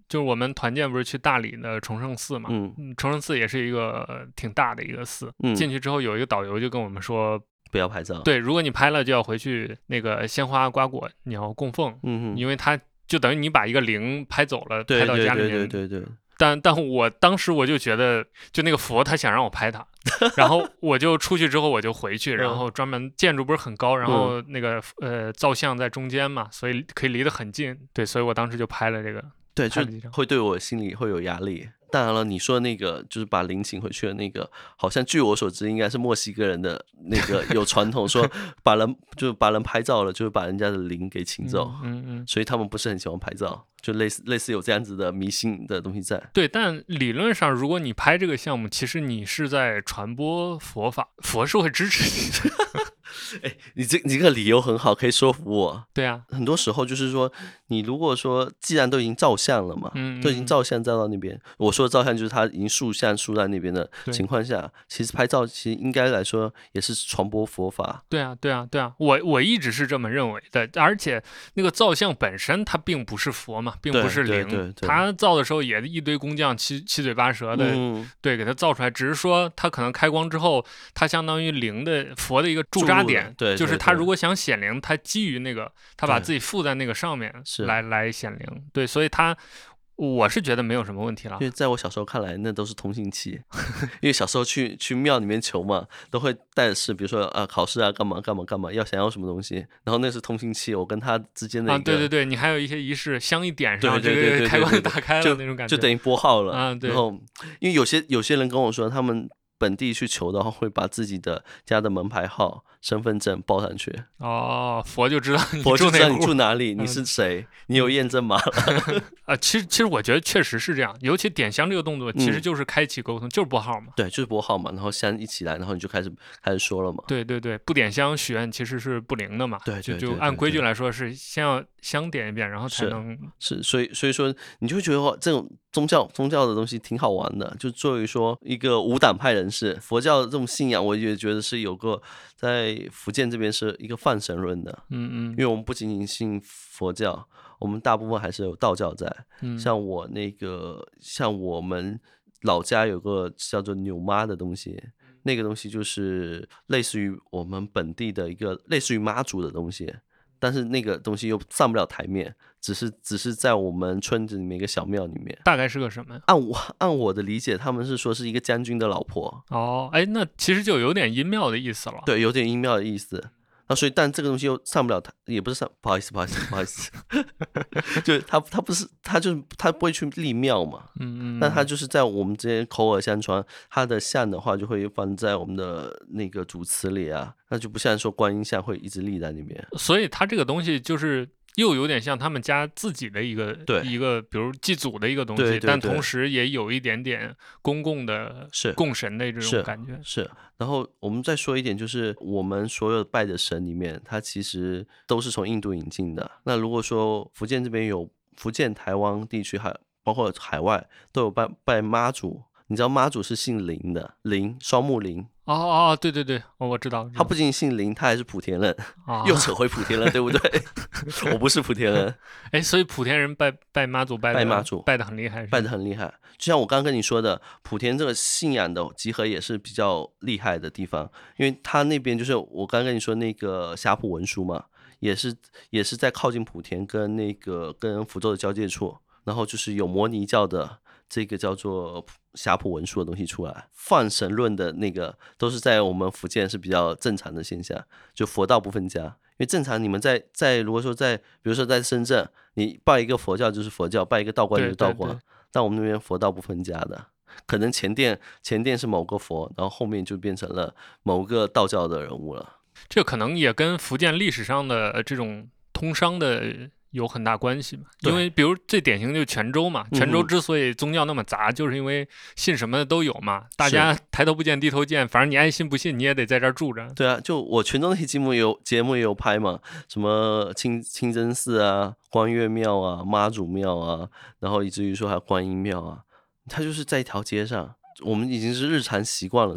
S2: 就是我们团建不是去大理的崇圣寺嘛，
S1: 嗯，
S2: 崇圣寺也是一个挺大的一个寺，
S1: 嗯
S2: 进去之后有一个导游就跟我们说，
S1: 不要拍照。
S2: 对，如果你拍了就要回去那个鲜花瓜果你要供奉，
S1: 嗯哼，
S2: 因为它就等于你把一个灵拍走了，
S1: 对
S2: 拍到家里面。
S1: 对对对对对。
S2: 但但我当时我就觉得，就那个佛他想让我拍他，然后我就出去之后我就回去，然后专门建筑不是很高，然后那个呃造像在中间嘛，所以可以离得很近。对，所以我当时就拍了这个。
S1: 对，就会对我心里会有压力。当然了，你说那个就是把灵请回去的那个，好像据我所知，应该是墨西哥人的那个有传统，说把人就是把人拍照了，就是把人家的灵给请走。
S2: 嗯 嗯, 嗯，
S1: 所以他们不是很喜欢拍照，就类似类似有这样子的迷信的东西在。
S2: 对，但理论上，如果你拍这个项目，其实你是在传播佛法，佛是会支持你的。
S1: 哎，你这你这个理由很好，可以说服我。
S2: 对啊，
S1: 很多时候就是说，你如果说既然都已经照相了嘛，
S2: 嗯嗯
S1: 都已经照相照到那边，我说的照相就是他已经竖相竖在那边的情况下，其实拍照其实应该来说也是传播佛法。
S2: 对啊，对啊，对啊，我我一直是这么认为的。而且那个造像本身它并不是佛嘛，并不是灵，他造的时候也一堆工匠七七嘴八舌的，
S1: 嗯、
S2: 对，给它造出来，只是说它可能开光之后，它相当于灵的佛的一个驻扎点，
S1: 对，
S2: 就是他如果想显灵，他基于那个，他把自己附在那个上面来来显灵，对，所以他我是觉得没有什么问题了。
S1: 因为在我小时候看来，那都是通信器，因为小时候去去庙里面求嘛，都会带的是，比如说啊考试啊干嘛干嘛干嘛，要想要什么东西，然后那是通信器，我跟他之间的一个、
S2: 啊，对对对，你还有一些仪式，香一点上，
S1: 对对对对对，
S2: 开关打开了那种感觉，
S1: 就等于拨号了
S2: 啊。对，
S1: 然后因为有些有些人跟我说，他们本地去求的话，会把自己的家的门牌号、身份证报上去。
S2: 哦，佛就知道你
S1: 佛就知道你
S2: 住
S1: 哪里，你是谁，嗯、你有验证码了。
S2: 啊，其实其实我觉得确实是这样，尤其点香这个动作，其实就是开启沟通，嗯、就是拨号嘛。
S1: 对，就是拨号嘛，然后香一起来，然后你就开始开始说了嘛。
S2: 对对对，不点香许愿其实是不灵的嘛。
S1: 对对对对对，
S2: 就就按规矩来说是先要香点一遍，然后才能
S1: 是，是所以所以说你就会觉得这种宗教宗教的东西挺好玩的，就作为说一个无党派人士，佛教这种信仰，我也觉得是有个在福建这边是一个泛神论的。
S2: 嗯嗯，
S1: 因为我们不仅仅信佛教，我们大部分还是有道教在。
S2: 嗯，
S1: 像我那个，像我们老家有个叫做扭妈的东西，那个东西就是类似于我们本地的一个类似于妈祖的东西，但是那个东西又上不了台面，只是只是在我们村子里面一个小庙里面。
S2: 大概是个什么？
S1: 按我按我的理解，他们是说是一个将军的老婆。
S2: 哦，哎，那其实就有点阴庙的意思了。
S1: 对，有点阴庙的意思。那所以，但这个东西又上不了台，也不是上，不好意思，不好意思，不好意思，就是他他不是他就是他不会去立庙嘛，
S2: 嗯嗯，
S1: 但他就是在我们这些口耳相传，他的像的话就会放在我们的那个主祠里啊，那就不像说观音像会一直立在那边。
S2: 所以他这个东西就是又有点像他们家自己的一个一个，比如祭祖的一个东西，
S1: 对对对，
S2: 但同时也有一点点公共的供神的这种感觉。
S1: 是，是然后我们再说一点，就是我们所有拜的神里面，它其实都是从印度引进的。那如果说福建这边有福建、台湾地区，还包括海外都有拜拜妈祖。你知道妈祖是姓林的，林双木林。
S2: 哦哦，对对对，哦，我知道。
S1: 他不仅姓林，他还是莆田人，哦、又扯回莆田人，对不对？我不是莆田人。
S2: 哎，所以莆田人拜拜妈祖拜
S1: 拜妈祖
S2: 拜得很厉害，
S1: 拜得很厉害。就像我刚刚跟你说的，莆田这个信仰的集合也是比较厉害的地方，因为他那边就是我刚刚跟你说那个霞浦文书嘛，也是也是在靠近莆田跟那个跟福州的交界处，然后就是有摩尼教的。这个叫做霞浦文书的东西出来，泛神论的那个都是在我们福建是比较正常的现象，就佛道不分家。因为正常你们在在如果说在比如说在深圳，你拜一个佛教就是佛教，拜一个道观就是道观，但我们那边佛道不分家的，可能前殿前殿是某个佛，然后后面就变成了某个道教的人物了。
S2: 这可能也跟福建历史上的这种通商的有很大关系嘛，因为比如最典型就是泉州嘛，泉州之所以宗教那么杂，嗯、就是因为信什么的都有嘛，大家抬头不见低头见，反正你爱信不信，你也得在这儿住着。
S1: 对啊，就我泉州那些节目有节目也有拍嘛，什么清清真寺啊、观月庙啊、妈祖庙啊，然后以至于说还有观音庙啊，它就是在一条街上，我们已经是日常习惯了这种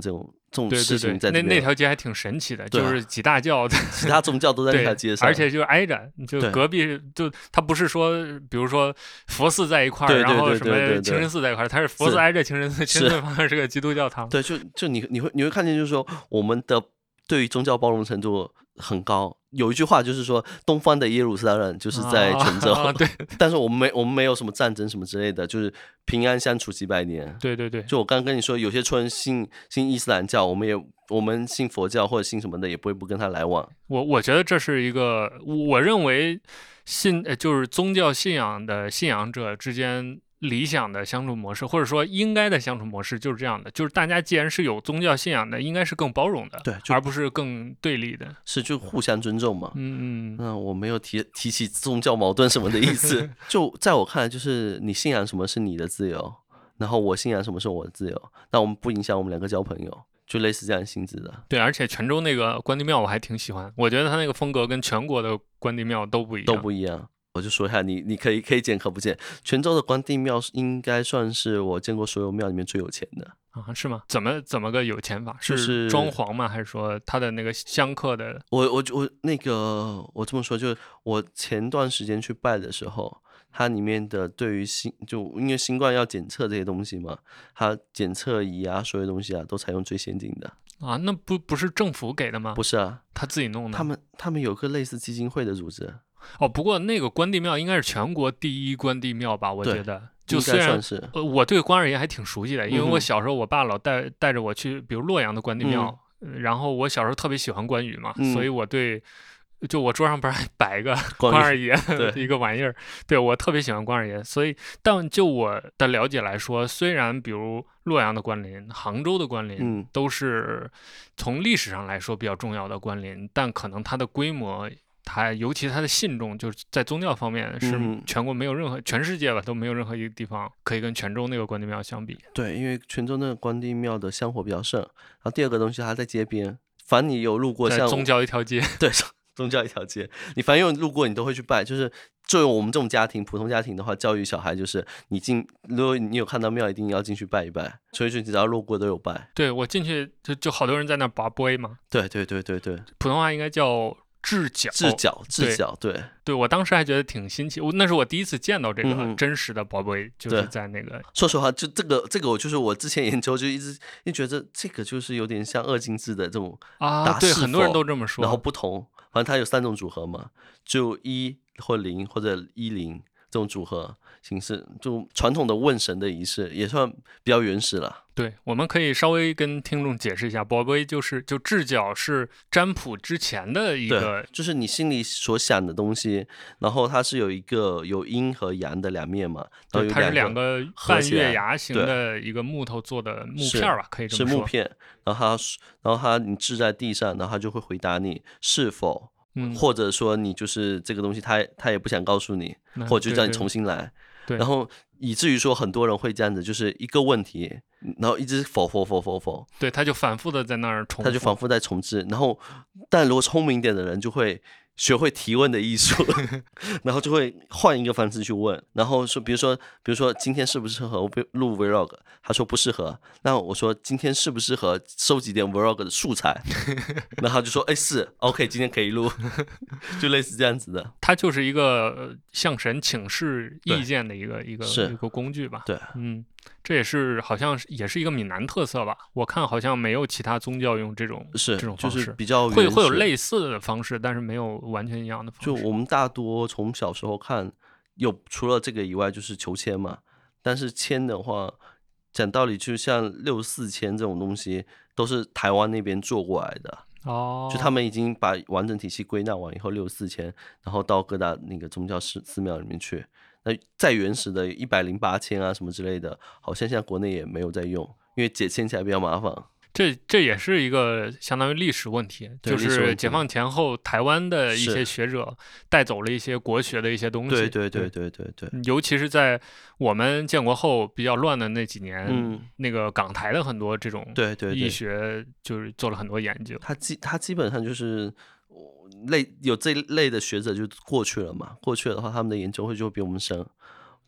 S1: 这种
S2: 对对对，
S1: 事情在这边。
S2: 那那条街还挺神奇的，
S1: 对啊
S2: 就是几大教的，
S1: 其他宗教都在那条街上，
S2: 而且就挨着，就
S1: 对
S2: 隔壁，就它不是说，比如说佛寺在一块儿，
S1: 对对对
S2: 然后什
S1: 对对对
S2: 么清真寺在一块儿，它是佛寺
S1: 是
S2: 挨着清真寺，清真寺旁边是个基督教堂。
S1: 对，就就你你会你会看见，就是说我们的对于宗教包容程度很高。有一句话就是说，东方的耶路撒冷就是在泉州，
S2: 啊、对，
S1: 但是我们没我们没有什么战争什么之类的，就是平安相处几百年。
S2: 对对对，
S1: 就我刚刚跟你说，有些村信信伊斯兰教，我们也我们信佛教或者信什么的，也不会不跟他来往。
S2: 我我觉得这是一个，我认为信呃就是宗教信仰的信仰者之间理想的相处模式，或者说应该的相处模式就是这样的，就是大家既然是有宗教信仰的，应该是更包容的，
S1: 对，
S2: 而不是更对立的。
S1: 是就互相尊重嘛。
S2: 嗯嗯
S1: 嗯，我没有提提起宗教矛盾什么的意思。就在我看来，就是你信仰什么是你的自由，然后我信仰什么是我的自由，那我们不影响我们两个交朋友，就类似这样性质的。
S2: 对，而且泉州那个关帝庙我还挺喜欢，我觉得它那个风格跟全国的关帝庙都不一样，
S1: 都不一样。我就说一下，你你可以可以见可不见。泉州的关帝庙应该算是我见过所有庙里面最有钱的
S2: 啊？是吗？怎么怎么个有钱法？
S1: 就是
S2: 装潢吗？还是说它的那个香客的？
S1: 我我我那个我这么说，就是我前段时间去拜的时候，它里面的对于新就因为新冠要检测这些东西嘛，它检测仪啊，所有东西啊都采用最先进的
S2: 啊。那不不是政府给的吗？
S1: 不是啊，
S2: 他自己弄的。
S1: 他们他们有个类似基金会的组织。
S2: 哦，不过那个关帝庙应该是全国第一关帝庙吧？我觉得，就虽然
S1: 是
S2: 呃，我对关二爷还挺熟悉的，因为我
S1: 嗯
S2: 小时候我爸老带带着我去，比如洛阳的关帝庙，嗯、然后我小时候特别喜欢关羽嘛，
S1: 嗯、
S2: 所以我对。就我桌上不是还摆一个
S1: 关
S2: 二爷的一个玩意儿，对我特别喜欢关二爷，所以但就我的了解来说，虽然比如洛阳的关林、杭州的关林、
S1: 嗯、
S2: 都是从历史上来说比较重要的关林，但可能它的规模。它尤其它的信众，就是在宗教方面是全国没有任何、嗯、全世界吧都没有任何一个地方可以跟泉州那个关帝庙相比。
S1: 对，因为泉州那个关帝庙的香火比较盛，然后第二个东西它在街边，凡你有路过像
S2: 宗教一条街，
S1: 对，宗教一条街，你凡有路过你都会去拜。就是作为我们这种家庭，普通家庭的话，教育小孩就是你进，如果你有看到庙，一定要进去拜一拜。所以说，只要路过都有拜。
S2: 对，我进去就就好多人在那拔杯嘛。
S1: 对对对对对，
S2: 普通话应该叫。掷角，
S1: 掷角，掷角，对对,
S2: 对，我当时还觉得挺新奇，我那是我第一次见到这个真实的宝贝，嗯、就是在那个。
S1: 说实话，就这个这个，我就是我之前研究就一直一直觉得这个就是有点像二进制的这种
S2: 啊，对，很多人都这么说。
S1: 然后不同，反正它有三种组合嘛，就一或零或者一零这种组合形式，就传统的问神的仪式也算比较原始了。
S2: 对，我们可以稍微跟听众解释一下，宝贝就是就掷角是占卜之前的一个，
S1: 就是你心里所想的东西，然后它是有一个有阴和阳的两面嘛，然后有
S2: 它是两个半月牙形的一个木头做的木片吧，可以这么说。
S1: 是木片，然后它然后它你掷在地上，然后它就会回答你是否，
S2: 嗯、
S1: 或者说你就是这个东西它他也不想告诉你，
S2: 嗯、
S1: 或者就叫你重新来。
S2: 对，
S1: 然后以至于说很多人会这样子，就是一个问题，然后一直否否否否否，
S2: 对，他就反复的在那儿重复，
S1: 他就反复在重置。然后，但如果聪明一点的人就会学会提问的艺术，然后就会换一个方式去问，然后说，比如说，比如说今天适不适合录 vlog， 他说不适合，那我说今天适不适合收集点 vlog 的素材，然后他就说，哎，是 ，OK， 今天可以录，就类似这样子的。
S2: 它就是一个向神请示意见的一个一个一个工具吧。
S1: 对，
S2: 嗯。这也是好像也是一个闽南特色吧，我看好像没有其他宗教用这种
S1: 是
S2: 这种方式，
S1: 就是比较
S2: 会会有类似的方式，但是没有完全一样的方式。
S1: 就我们大多从小时候看，有除了这个以外就是求签嘛，但是签的话，讲道理就像六四签这种东西，都是台湾那边做过来的。
S2: 哦，
S1: 就他们已经把完整体系归纳完以后，六四签，然后到各大那个宗教寺寺庙里面去。那再原始的一百零八签啊什么之类的，好像现在国内也没有在用，因为解签起来比较麻烦。
S2: 这这也是一个相当于历史问题，就是解放前后台湾的一些学者带走了一些国学的一些东西。
S1: 对对对对对对。
S2: 尤其是在我们建国后比较乱的那几年，
S1: 嗯，
S2: 那个港台的很多这种
S1: 对对
S2: 医学就是做了很多研究。
S1: 他基他基本上就是类有这类的学者就过去了嘛，过去的话他们的研究会就会比我们深。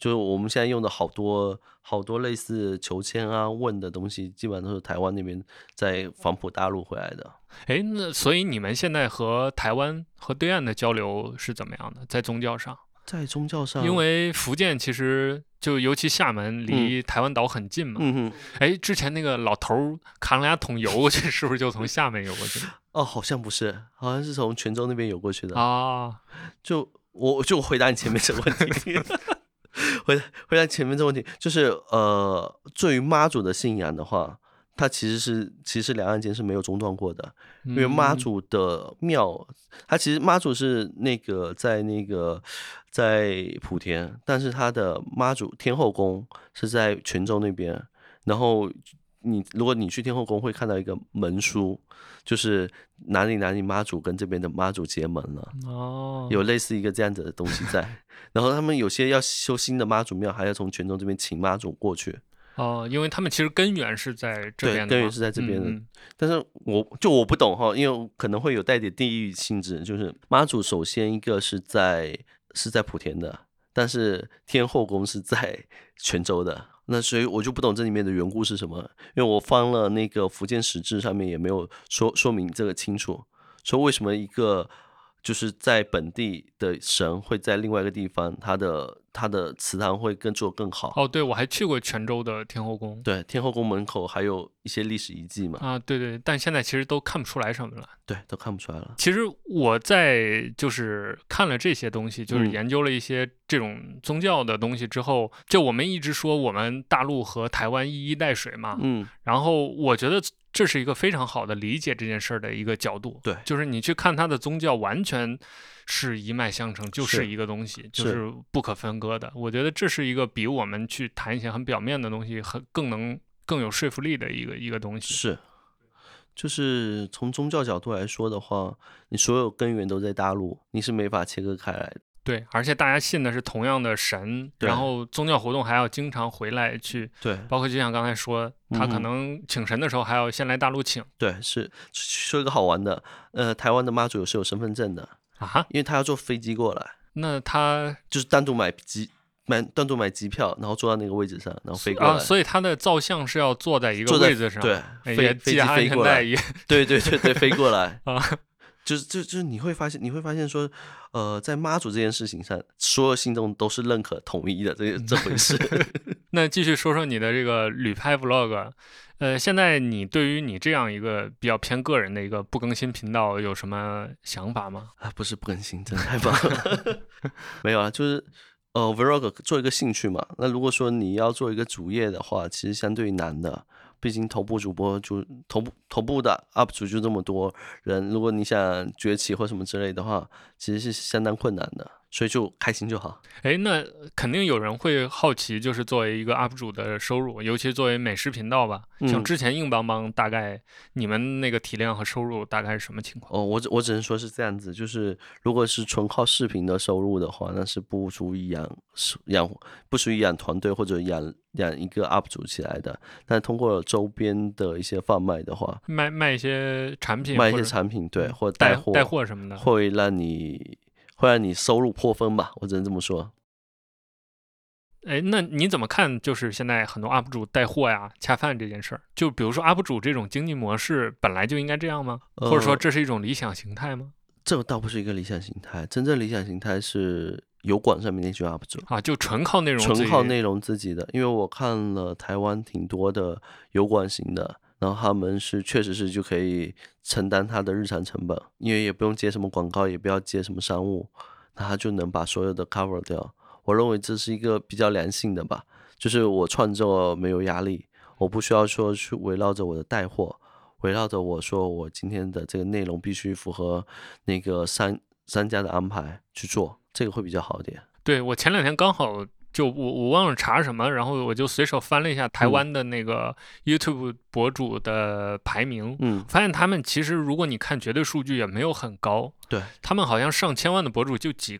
S1: 就是我们现在用的好多好多类似求签啊问的东西，基本上都是台湾那边在黄埔大陆回来的。
S2: 哎，那所以你们现在和台湾和对岸的交流是怎么样的？在宗教上？
S1: 在宗教上，
S2: 因为福建其实就尤其厦门离台湾岛很近嘛。
S1: 嗯哼，
S2: 哎，之前那个老头扛了俩桶油过去，是不是就从厦门游过去？
S1: 哦，好像不是，好像是从泉州那边游过去的
S2: 啊。
S1: 就我就回答你前面这个问题。回答回答前面这个问题，就是呃，对于妈祖的信仰的话，它其实是其实两岸间是没有中断过的，因为妈祖的庙，它其实妈祖是那个在那个在莆田，但是它的妈祖天后宫是在泉州那边，然后你如果你去天后宫会看到一个门书，就是哪里哪里妈祖跟这边的妈祖结盟了，
S2: 哦，
S1: 有类似一个这样子的东西在。然后他们有些要修新的妈祖庙，还要从泉州这边请妈祖过去。
S2: 哦，因为他们其实根源是在这边的，
S1: 对，根源是在这边的。
S2: 嗯、
S1: 但是我就我不懂哈，因为可能会有带点地域性质。就是妈祖首先一个是在是在莆田的，但是天后宫是在泉州的。那所以我就不懂这里面的缘故是什么，因为我翻了那个福建史志上面也没有说说明这个清楚，说为什么一个就是在本地的神会在另外一个地方，他的他的祠堂会更做更好。
S2: 哦，对，我还去过泉州的天后宫。
S1: 对，天后宫门口还有一些历史遗迹嘛。
S2: 啊，对对，但现在其实都看不出来什么了。
S1: 对，都看不出来了。
S2: 其实我在就是看了这些东西，就是研究了一些这种宗教的东西之后，嗯、就我们一直说我们大陆和台湾一衣带水嘛。
S1: 嗯，
S2: 然后我觉得这是一个非常好的理解这件事儿的一个角度。
S1: 对，
S2: 就是你去看它的宗教，完全是一脉相承，就是一个东西，就是不可分割的。我觉得这是一个比我们去谈一些很表面的东西，很更能更有说服力的一个一个东西。
S1: 是，就是从宗教角度来说的话，你所有根源都在大陆，你是没法切割开来的。
S2: 对，而且大家信的是同样的神，然后宗教活动还要经常回来去，
S1: 对，
S2: 包括就像刚才说，他可能请神的时候还要先来大陆请。
S1: 嗯、对，是说一个好玩的，呃，台湾的妈祖是有身份证的
S2: 啊，
S1: 因为他要坐飞机过来，
S2: 那他
S1: 就是单独买机买单独买机票，然后坐到那个位置上，然后飞过来。
S2: 啊，所以他的造像是要坐在一个位置上，
S1: 对，
S2: 哎、
S1: 飞
S2: 系安全带也，
S1: 对对对对，飞过来
S2: 啊。
S1: 就是就就是你会发现，你会发现说，呃，在妈祖这件事情上，所有信众都是认可统一的这这回事。
S2: 那继续说说你的这个旅拍 vlog， 呃，现在你对于你这样一个比较偏个人的一个不更新频道有什么想法吗？
S1: 啊，不是不更新，真的太棒了。没有啊，就是呃 vlog 做一个兴趣嘛。那如果说你要做一个主业的话，其实相对于难的。毕竟头部主播就头部头部的 U P 主就这么多人，如果你想崛起或什么之类的话，其实是相当困难的，所以就开心就好。
S2: 哎，那肯定有人会好奇，就是作为一个 U P 主的收入，尤其作为美食频道吧，
S1: 嗯、
S2: 像之前硬邦邦，大概你们那个体量和收入大概是什么情况？
S1: 哦，我只我只能说是这样子，就是如果是纯靠视频的收入的话，那是不足以养养不属于养团队或者养养一个 U P 主起来的。但通过周边的一些贩卖的话，
S2: 卖卖一些产品，
S1: 卖一些产品，对，或
S2: 带
S1: 货
S2: 带货什么的，
S1: 会让你会让你收入破分吧，我只能这么说。
S2: 哎，那你怎么看？就是现在很多 U P 主带货呀、恰饭这件事儿，就比如说 U P 主这种经济模式本来就应该这样吗？
S1: 呃、
S2: 或者说这是一种理想形态吗？
S1: 这倒不是一个理想形态，真正理想形态是油管上面那群 U P 主
S2: 啊，就纯靠内容，
S1: 纯靠内容自己的。因为我看了台湾挺多的油管型的，然后他们是确实是就可以承担他的日常成本，因为也不用接什么广告，也不要接什么商务，那他就能把所有的 cover 掉。我认为这是一个比较良性的吧，就是我创作没有压力，我不需要说去围绕着我的带货，围绕着我说我今天的这个内容必须符合那个商商家的安排去做，这个会比较好一点。
S2: 对，我前两天刚好就我我忘了查什么，然后我就随手翻了一下台湾的那个 YouTube 博主的排名，
S1: 嗯，
S2: 发现他们其实如果你看绝对数据也没有很高，
S1: 对，
S2: 他们好像上千万的博主就几个。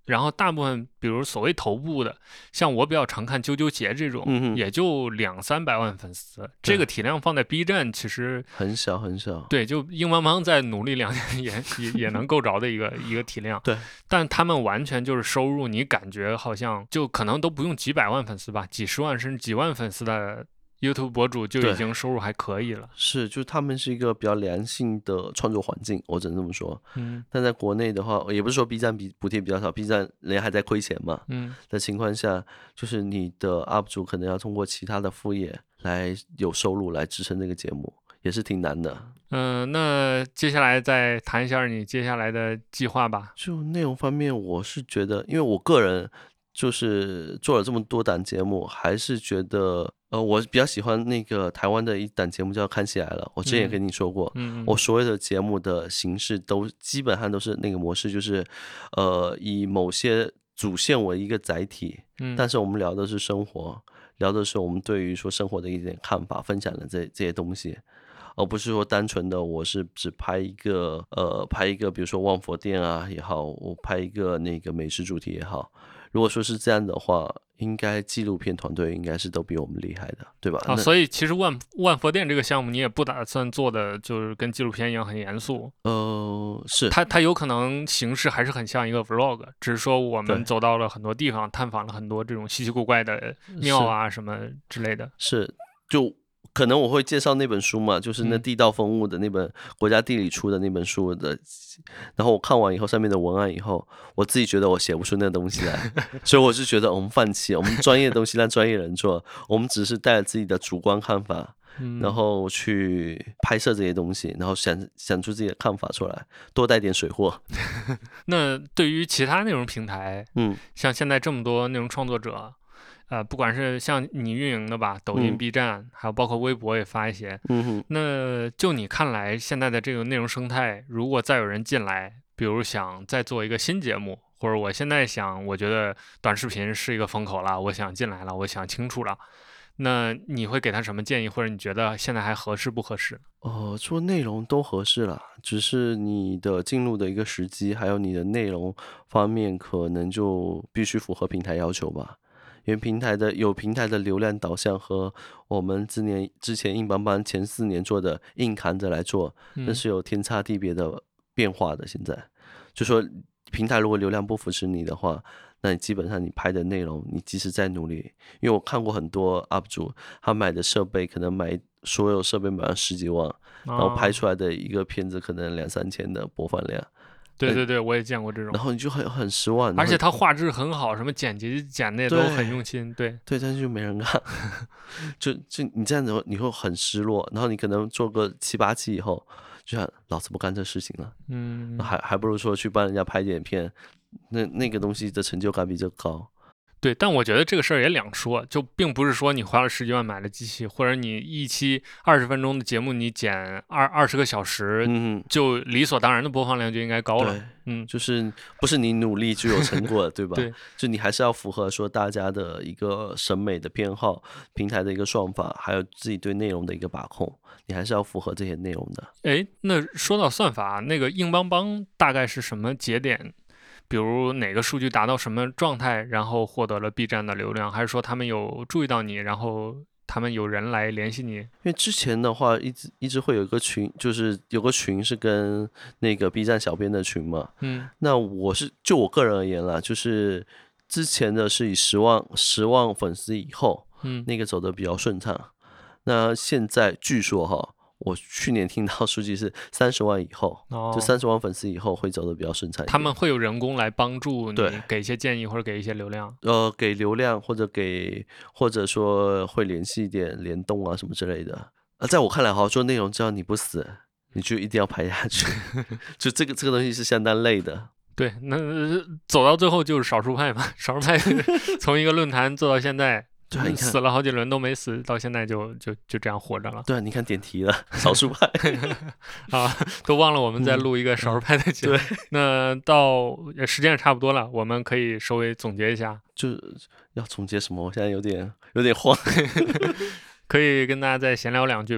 S2: 然后大部分比如所谓头部的，像我比较常看啾啾鞋这种，
S1: 嗯、
S2: 也就两三百万粉丝，这个体量放在 B 站其实
S1: 很小很小。
S2: 对，就硬邦邦再努力两年也也也能够着的一个一个体量。
S1: 对，
S2: 但他们完全就是收入，你感觉好像就可能都不用几百万粉丝吧，几十万甚至几万粉丝的 YouTube 博主就已经收入还可以了。
S1: 是，就他们是一个比较良性的创作环境，我只能这么说。
S2: 嗯，
S1: 但在国内的话，也不是说 B 站比补贴比较少，B 站人家还在亏钱嘛。
S2: 嗯，
S1: 的情况下，就是你的 U P 主可能要通过其他的副业来有收入来支撑这个节目，也是挺难的。
S2: 嗯、呃，那接下来再谈一下你接下来的计划吧。
S1: 就内容方面，我是觉得，因为我个人就是做了这么多档节目，还是觉得，呃，我比较喜欢那个台湾的一档节目叫《看起来了》，我之前也跟你说过，
S2: 嗯，嗯
S1: 我所有的节目的形式都基本上都是那个模式，就是，呃，以某些主线为一个载体，
S2: 嗯，
S1: 但是我们聊的是生活，聊的是我们对于说生活的一点看法，分享的这这些东西。而不是说单纯的我是只拍一个呃拍一个比如说万佛殿啊也好，我拍一个那个美食主题也好，如果说是这样的话，应该纪录片团队应该是都比我们厉害的，对吧？
S2: 啊，所以其实万万佛殿这个项目你也不打算做的就是跟纪录片一样很严肃。
S1: 呃，是
S2: 它它有可能形式还是很像一个 vlog， 只是说我们走到了很多地方，探访了很多这种稀奇古怪的庙啊什么之类的。
S1: 是，就可能我会介绍那本书嘛，就是那地道风物的那本国家地理出的那本书的，嗯、然后我看完以后上面的文案以后，我自己觉得我写不出那东西来，所以我就觉得我们放弃，我们专业的东西让专业人做，我们只是带着自己的主观看法。嗯、然后去拍摄这些东西，然后想想出自己的看法出来，多带点水货。
S2: 那对于其他内容平台，
S1: 嗯，
S2: 像现在这么多内容创作者，呃，不管是像你运营的吧，抖音、
S1: 嗯、
S2: B 站，还有包括微博也发一些。
S1: 嗯哼，
S2: 那就你看来，现在的这个内容生态，如果再有人进来，比如想再做一个新节目，或者我现在想，我觉得短视频是一个风口了，我想进来了，我想清楚了。那你会给他什么建议，或者你觉得现在还合适不合适？
S1: 哦，做内容都合适啦，只是你的进入的一个时机，还有你的内容方面，可能就必须符合平台要求吧。因为平台的有平台的流量导向和我们之年之前硬邦邦前四年做的硬扛着来做，那是有天差地别的变化的。现在就说平台如果流量不扶持你的话，那你基本上你拍的内容，你即使再努力，因为我看过很多 U P 主，他买的设备可能买所有设备买了十几万，然后拍出来的一个片子可能两三千的播放量。
S2: 对对对，我也见过这种。
S1: 然后你就很很失望，
S2: 而且它画质很好，什么剪辑剪的也都很用心。对
S1: 对，但是就没人看，就就你这样子你会很失落，然后你可能做个七八期以后，就想老子不干这事情了，嗯，还还不如说去帮人家拍点片。那那个东西的成就感比这高。
S2: 对，但我觉得这个事儿也两说，就并不是说你花了十几万买了机器，或者你一期二十分钟的节目你剪二二十个小时，嗯，就理所当然的播放量就应该高了。嗯，
S1: 就是不是你努力就有成果，对吧？
S2: 对，
S1: 就你还是要符合说大家的一个审美的偏好、平台的一个算法，还有自己对内容的一个把控，你还是要符合这些内容的。
S2: 哎，那说到算法，那个硬邦邦大概是什么节点？比如哪个数据达到什么状态，然后获得了 B 站的流量，还是说他们有注意到你，然后他们有人来联系你？因
S1: 为之前的话，一直一直会有一个群，就是有个群是跟那个 B 站小编的群嘛。嗯。那我是就我个人而言啦，就是之前的是以十万十万粉丝以后，嗯，那个走得比较顺畅。那现在据说哈。我去年听到数据是三十万以后，哦、就三十万粉丝以后会走得比较顺畅。
S2: 他们会有人工来帮助你，给一些建议或者给一些流量。
S1: 呃，给流量或者给或者说会联系一点联动啊什么之类的。呃，在我看来哈，做内容只要你不死，你就一定要拍下去。就这个这个东西是相当累的。
S2: 对，那走到最后就是少数派嘛，少数派从一个论坛做到现在。
S1: 对，
S2: 死了好几轮都没死，到现在就就就这样活着了。
S1: 对，你看点题了，少数派
S2: 啊，都忘了我们在录一个少数派的节目。
S1: 对，
S2: 那到时间也差不多了，我们可以稍微总结一下。
S1: 就要总结什么？我现在有点有点慌。
S2: 可以跟大家再闲聊两句吧。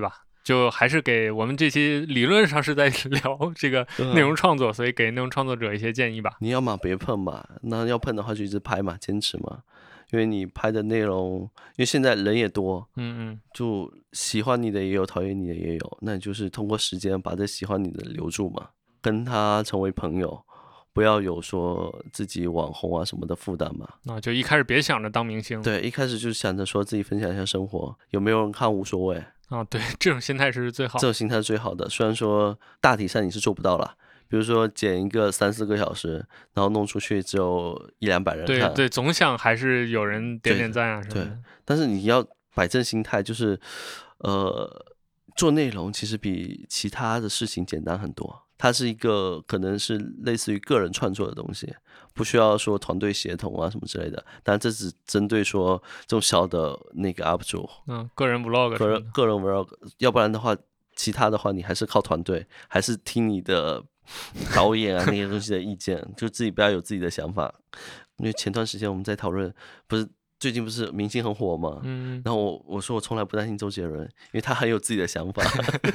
S2: 就还是给我们这期理论上是在聊这个内容创作，所以给内容创作者一些建议吧。
S1: 你要嘛别碰嘛，那要碰的话就一直拍嘛，坚持嘛。因为你拍的内容，因为现在人也多，
S2: 嗯嗯，
S1: 就喜欢你的也有，讨厌你的也有，那你就是通过时间把这喜欢你的留住嘛，跟他成为朋友，不要有说自己网红啊什么的负担嘛。
S2: 啊，就一开始别想着当明星。
S1: 对，一开始就想着说自己分享一下生活，有没有人看无所谓。
S2: 啊，对，这种心态是最好的。
S1: 这种心态是最好的，虽然说大体上你是做不到了。比如说剪一个三四个小时，然后弄出去只有一两百人看，
S2: 对对，总想还是有人点点赞啊什么的。
S1: 对，但是你要摆正心态，就是呃，做内容其实比其他的事情简单很多。它是一个可能是类似于个人创作的东西，不需要说团队协同啊什么之类的。但这只针对说这种小的那个 U P 主，
S2: 嗯，个人 vlog，
S1: 个人个人 vlog， 要不然的话，其他的话你还是靠团队，还是听你的导演啊那些东西的意见，就自己不要有自己的想法。因为前段时间我们在讨论，不是最近不是明星很火嘛，
S2: 嗯，
S1: 然后我我说我从来不担心周杰伦，因为他很有自己的想法。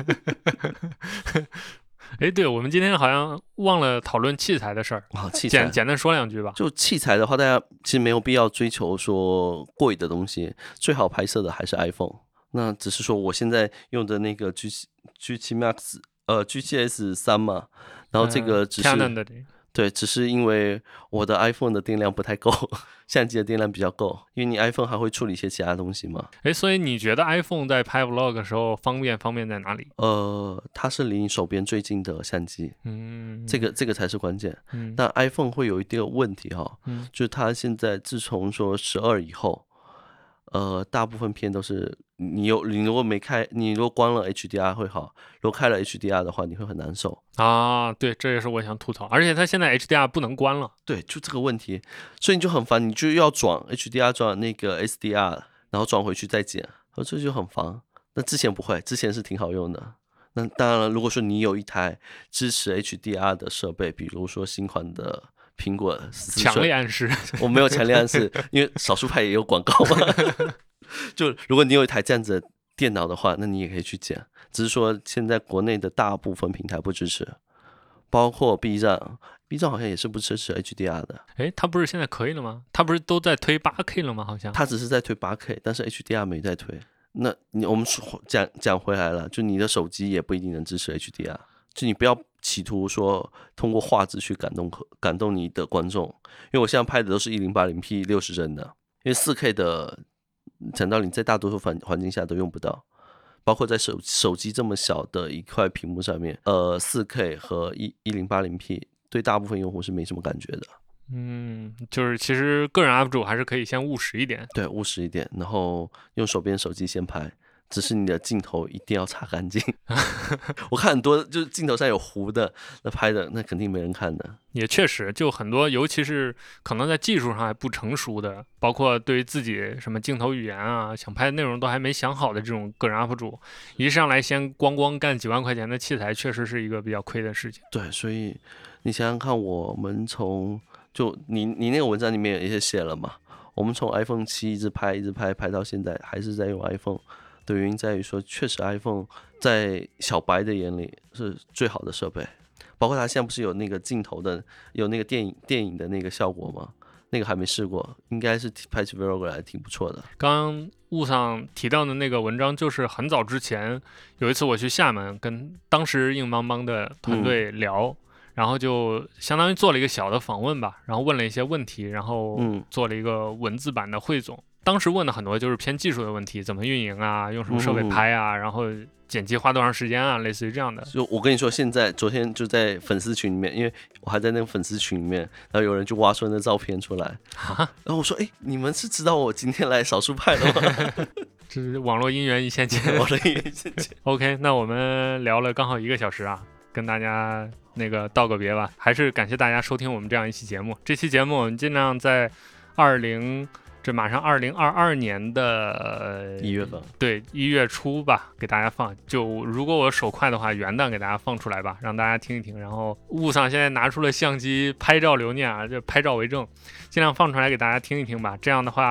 S2: 哎，对，我们今天好像忘了讨论器材的事儿，
S1: 啊，器材
S2: 简简单说两句吧。
S1: 就器材的话，大家其实没有必要追求说贵的东西，最好拍摄的还是 iPhone。那只是说我现在用的那个 G G 七 Max， 呃 G 七 S 三嘛，然后这个只是、
S2: 呃、Canon 的这个。
S1: 对，只是因为我的 iPhone 的电量不太够，相机的电量比较够，因为你 iPhone 还会处理一些其他东西嘛。
S2: 哎，所以你觉得 iPhone 在拍 vlog 的时候方便方便在哪里？
S1: 呃，它是离你手边最近的相机，
S2: 嗯，
S1: 这个这个才是关键。
S2: 嗯，
S1: 但 iPhone 会有一定的问题哈，
S2: 嗯，
S1: 就是它现在自从说十二以后，呃，大部分片都是你有你如果没开，你如果关了 H D R 会好，如果开了 H D R 的话，你会很难受
S2: 啊。对，这也是我想吐槽，而且它现在 H D R 不能关了。
S1: 对，就这个问题，所以你就很烦，你就要转 H D R 转那个 S D R， 然后转回去再剪，而这就很烦。那之前不会，之前是挺好用的。那当然了，如果说你有一台支持 H D R 的设备，比如说新款的苹果十四寸，
S2: 强烈暗示，
S1: 我没有强烈暗示，因为少数派也有广告嘛。就如果你有一台这样子的电脑的话，那你也可以去剪，只是说现在国内的大部分平台不支持，包括 B 站 ，B 站好像也是不支持 H D R 的。
S2: 哎，它不是现在可以了吗？它不是都在推 八 K 了吗？好像
S1: 它只是在推 八 K， 但是 H D R 没在推。那你我们讲讲回来了，就你的手机也不一定能支持 H D R， 就你不要企图说通过画质去感动感动你的观众，因为我现在拍的都是一零八零 P 六十帧的，因为 四 K 的讲道理在大多数环环境下都用不到，包括在手手机这么小的一块屏幕上面，呃 ，四 K 和一零八零 P 对大部分用户是没什么感觉的。
S2: 嗯，就是其实个人 U P 主还是可以先务实一点，
S1: 对，务实一点，然后用手边手机先拍。只是你的镜头一定要擦干净。我看很多就是镜头上有糊的，那拍的那肯定没人看的。
S2: 也确实，就很多，尤其是可能在技术上还不成熟的，包括对于自己什么镜头语言啊、想拍的内容都还没想好的这种个人 U P 主，一上来先咣咣干几万块钱的器材，确实是一个比较亏的事情。
S1: 对，所以你想想看，我们从就你你那个文章里面也写了嘛，我们从 iPhone 七一直拍一直拍拍到现在，还是在用 iPhone。的原因在于说，确实 iPhone 在小白的眼里是最好的设备，包括它现在不是有那个镜头的，有那个电影电影的那个效果吗？那个还没试过，应该是拍起 vlog 来挺不错的。
S2: 刚刚雾上提到的那个文章，就是很早之前有一次我去厦门，跟当时硬邦邦的团队聊。嗯，然后就相当于做了一个小的访问吧，然后问了一些问题，然后做了一个文字版的汇总。当时问的很多就是偏技术的问题，怎么运营啊，用什么设备拍啊，嗯、然后剪辑花多长时间啊，类似于这样的。
S1: 就我跟你说，现在昨天就在粉丝群里面，因为我还在那个粉丝群里面，然后有人就挖出那照片出来，然后我说，哎，你们是知道我今天来少数派的吗？
S2: 这是网络姻缘一线牵，
S1: 网络姻缘一线牵。
S2: OK， 那我们聊了刚好一个小时啊，跟大家那个道个别吧，还是感谢大家收听我们这样一期节目。这期节目我们尽量在二零。这马上二零二二年的
S1: 一月份，
S2: 对，一月初吧，给大家放。就如果我手快的话，元旦给大家放出来吧，让大家听一听。然后雾上现在拿出了相机拍照留念啊，就拍照为证，尽量放出来给大家听一听吧。这样的话，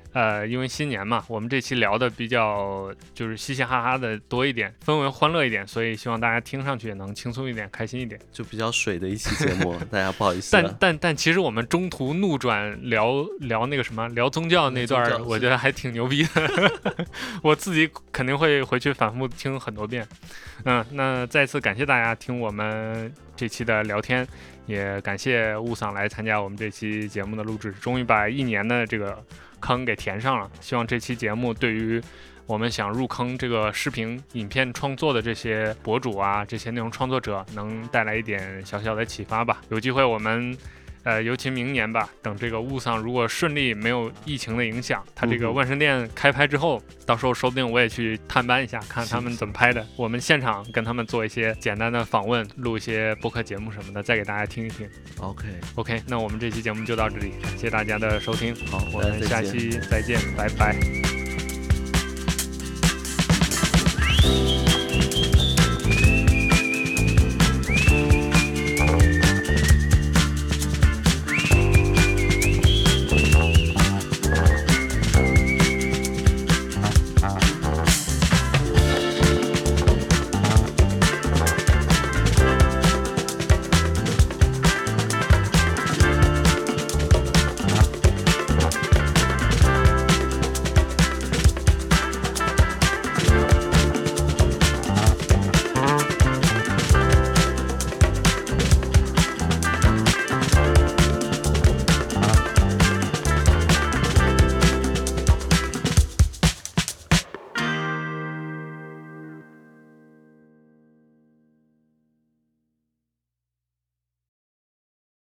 S2: 呃，因为新年嘛，我们这期聊的比较就是嘻嘻哈哈的多一点，氛围欢乐一点，所以希望大家听上去也能轻松一点，开心一点，
S1: 就比较水的一期节目，大家不好意思、
S2: 啊。但但但其实我们中途怒转聊聊那个什么聊宗教那段，我觉得还挺牛逼的，我自己肯定会回去反复听很多遍。嗯，那再次感谢大家听我们这期的聊天，也感谢雾嗓来参加我们这期节目的录制，终于把一年的这个坑给填上了。希望这期节目对于我们想入坑这个视频影片创作的这些博主啊，这些内容创作者能带来一点小小的启发吧。有机会我们呃，尤其明年吧，等这个雾嗓如果顺利没有疫情的影响，它这个万圣店开拍之后、嗯、到时候说不定我也去探班一下，看他们怎么拍的，我们现场跟他们做一些简单的访问，录一些播客节目什么的，再给大家听一听。
S1: OK
S2: OK， 那我们这期节目就到这里，感谢大家的收听，
S1: 好，
S2: 我们下期再见，拜拜。